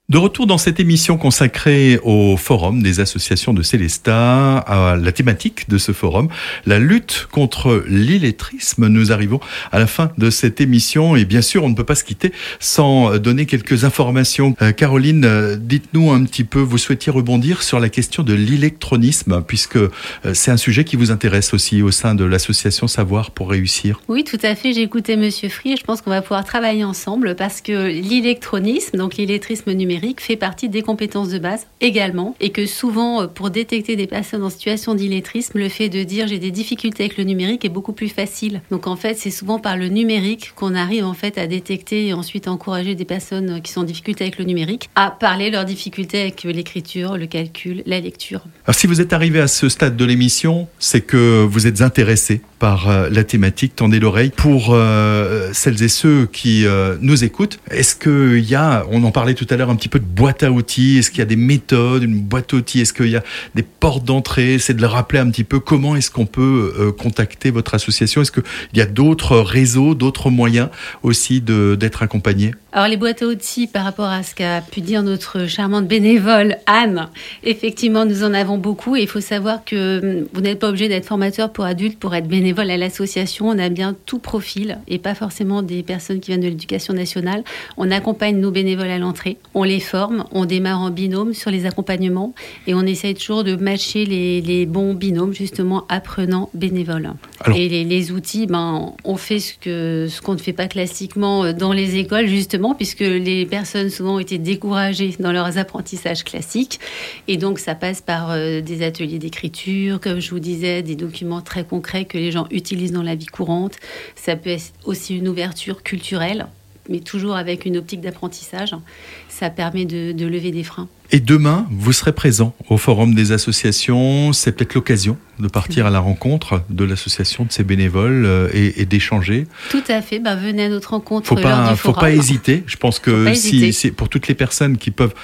De retour dans cette émission consacrée au forum des associations de Sélestat, à la thématique de ce forum, la lutte contre l'illettrisme. Nous arrivons à la fin de cette émission et bien sûr on ne peut pas se quitter sans donner quelques informations. Caroline, dites-nous un petit peu, vous souhaitiez rebondir sur la question de l'électronisme puisque c'est un sujet qui vous intéresse aussi au sein de l'association Savoir pour réussir. Oui, tout à fait, j'ai écouté Monsieur Free et je pense qu'on va pouvoir travailler ensemble parce que l'électronisme, donc l'illettrisme numérique, fait partie des compétences de base également et que souvent pour détecter des personnes en situation d'illettrisme, le fait de dire j'ai des difficultés avec le numérique est beaucoup plus facile. Donc en fait c'est souvent par le numérique qu'on arrive en fait à détecter et ensuite à encourager des personnes qui sont en difficulté avec le numérique à parler leurs difficultés avec l'écriture, le calcul, la lecture. Alors si vous êtes arrivé à ce stade de l'émission, c'est que vous êtes intéressé par la thématique, tendez l'oreille. Pour celles et ceux qui nous écoutent, est-ce qu'il y a, on en parlait tout à l'heure un petit peu de boîte à outils, est-ce qu'il y a des méthodes, une boîte à outils, est-ce qu'il y a des portes d'entrée, c'est de le rappeler un petit peu, comment est-ce qu'on peut contacter votre association, est-ce qu'il y a d'autres réseaux, d'autres moyens aussi d'être accompagné? Alors les boîtes à outils, par rapport à ce qu'a pu dire notre charmante bénévole Anne, effectivement nous en avons beaucoup et il faut savoir que vous n'êtes pas obligé d'être formateur pour adultes pour être bénévole à l'association. On a bien tout profil et pas forcément des personnes qui viennent de l'éducation nationale. On accompagne nos bénévoles à l'entrée, on les forme, on démarre en binôme sur les accompagnements et on essaye toujours de matcher les bons binômes justement apprenants bénévoles. Alors, et les outils, on fait ce qu'on ne fait pas classiquement dans les écoles justement puisque les personnes souvent ont été découragées dans leurs apprentissages classiques et donc ça passe par des ateliers d'écriture, comme je vous disais, des documents très concrets que les gens utilisent dans la vie courante. Ça peut être aussi une ouverture culturelle, mais toujours avec une optique d'apprentissage. Ça permet de lever des freins. Et demain, vous serez présent au Forum des associations. C'est peut-être l'occasion de partir à la rencontre de l'association, de ses bénévoles et d'échanger. Tout à fait. Venez à notre rencontre lors du forum. Faut pas hésiter. Je pense que si c'est pour toutes les personnes qui peuvent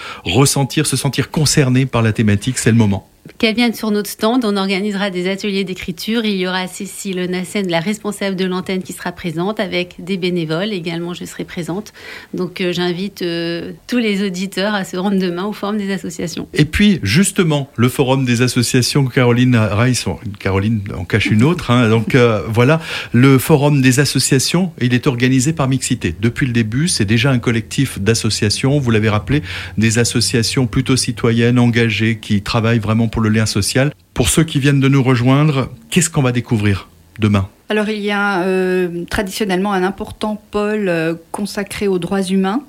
se sentir concernées par la thématique, c'est le moment. Qu'elle vienne sur notre stand, on organisera des ateliers d'écriture. Il y aura Cécile Nassen, la responsable de l'antenne, qui sera présente avec des bénévoles. Également, je serai présente. Donc, j'invite tous les auditeurs à se rendre demain au Forum des associations. Et puis, justement, le Forum des associations, Caroline Reiss, Caroline en cache une autre. Donc, voilà, le Forum des associations, il est organisé par mixité. Depuis le début, c'est déjà un collectif d'associations. Vous l'avez rappelé, des associations plutôt citoyennes, engagées, qui travaillent vraiment pour le lien social. Pour ceux qui viennent de nous rejoindre, qu'est-ce qu'on va découvrir demain ? Alors il y a traditionnellement un important pôle consacré aux droits humains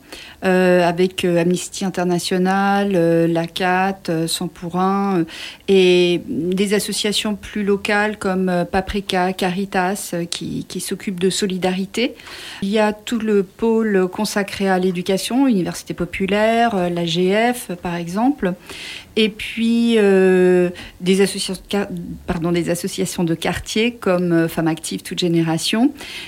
avec Amnesty International, l'ACAT, 100 pour 1 et des associations plus locales comme Paprika, Caritas qui s'occupent de solidarité. Il y a tout le pôle consacré à l'éducation, Université populaire, l'AGF par exemple. Et puis des associations de quartier comme Femmes Actives Toute Génération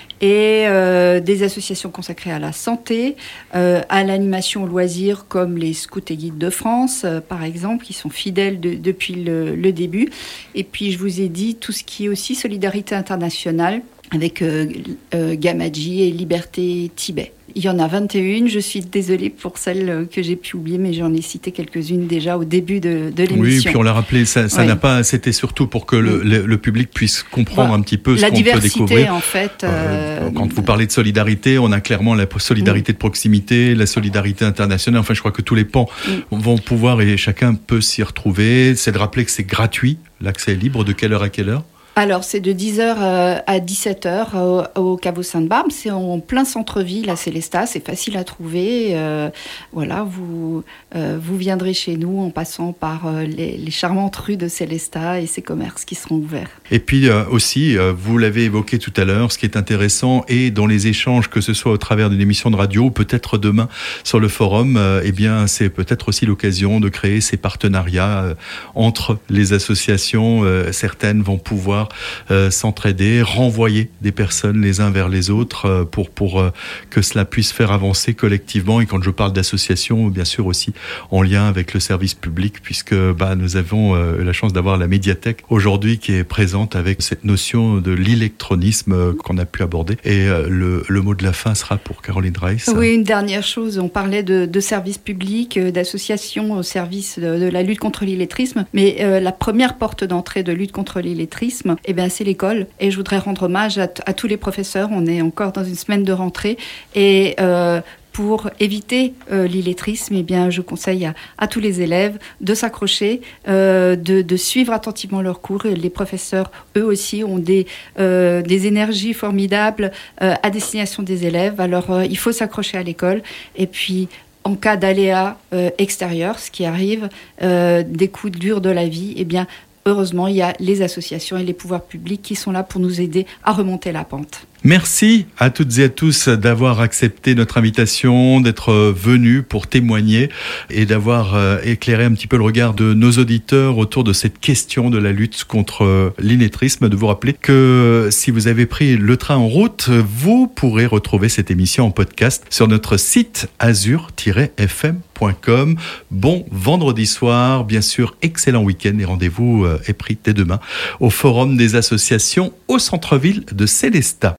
et des associations consacrées à la santé, à l'animation au loisir comme les Scouts et Guides de France par exemple, qui sont fidèles depuis le début. Et puis je vous ai dit tout ce qui est aussi solidarité internationale avec Gamadji et Liberté Tibet. Il y en a 21, je suis désolée pour celles que j'ai pu oublier, mais j'en ai cité quelques-unes déjà au début de l'émission. Oui, puis on l'a rappelé, ça n'a pas, c'était surtout pour que le public puisse comprendre un petit peu ce qu'on peut découvrir. En fait. Quand vous parlez de solidarité, on a clairement la solidarité de proximité, la solidarité internationale, enfin je crois que tous les pans vont pouvoir et chacun peut s'y retrouver. C'est de rappeler que c'est gratuit, l'accès est libre, de quelle heure à quelle heure ? Alors, c'est de 10h à 17h au Caveau Sainte-Barbe. C'est en plein centre-ville à Sélestat. C'est facile à trouver. Voilà, vous viendrez chez nous en passant par les charmantes rues de Sélestat et ses commerces qui seront ouverts. Et puis aussi, vous l'avez évoqué tout à l'heure, ce qui est intéressant et dans les échanges, que ce soit au travers d'une émission de radio ou peut-être demain sur le forum, c'est peut-être aussi l'occasion de créer ces partenariats entre les associations. Certaines vont pouvoir pouvoir s'entraider, renvoyer des personnes les uns vers les autres pour que cela puisse faire avancer collectivement. Et quand je parle d'association, bien sûr aussi en lien avec le service public, puisque nous avons la chance d'avoir la médiathèque aujourd'hui qui est présente avec cette notion de l'électronisme qu'on a pu aborder. Et le mot de la fin sera pour Caroline Reiss. Oui, une dernière chose, on parlait de service public, d'association au service de la lutte contre l'illettrisme, mais la première porte d'entrée de lutte contre l'illettrisme, c'est l'école. Et je voudrais rendre hommage à tous les professeurs. On est encore dans une semaine de rentrée et pour éviter l'illettrisme, je conseille à tous les élèves de s'accrocher, de suivre attentivement leurs cours. Les professeurs, eux aussi, ont des énergies formidables à destination des élèves. Alors, il faut s'accrocher à l'école. Et puis, en cas d'aléa extérieur, ce qui arrive, des coups durs de la vie, heureusement, il y a les associations et les pouvoirs publics qui sont là pour nous aider à remonter la pente. Merci à toutes et à tous d'avoir accepté notre invitation, d'être venus pour témoigner et d'avoir éclairé un petit peu le regard de nos auditeurs autour de cette question de la lutte contre l'illettrisme. De vous rappeler que si vous avez pris le train en route, vous pourrez retrouver cette émission en podcast sur notre site azur-fm.com. Bon vendredi soir, bien sûr, excellent week-end et rendez-vous est pris dès demain au Forum des associations au centre-ville de Célestat.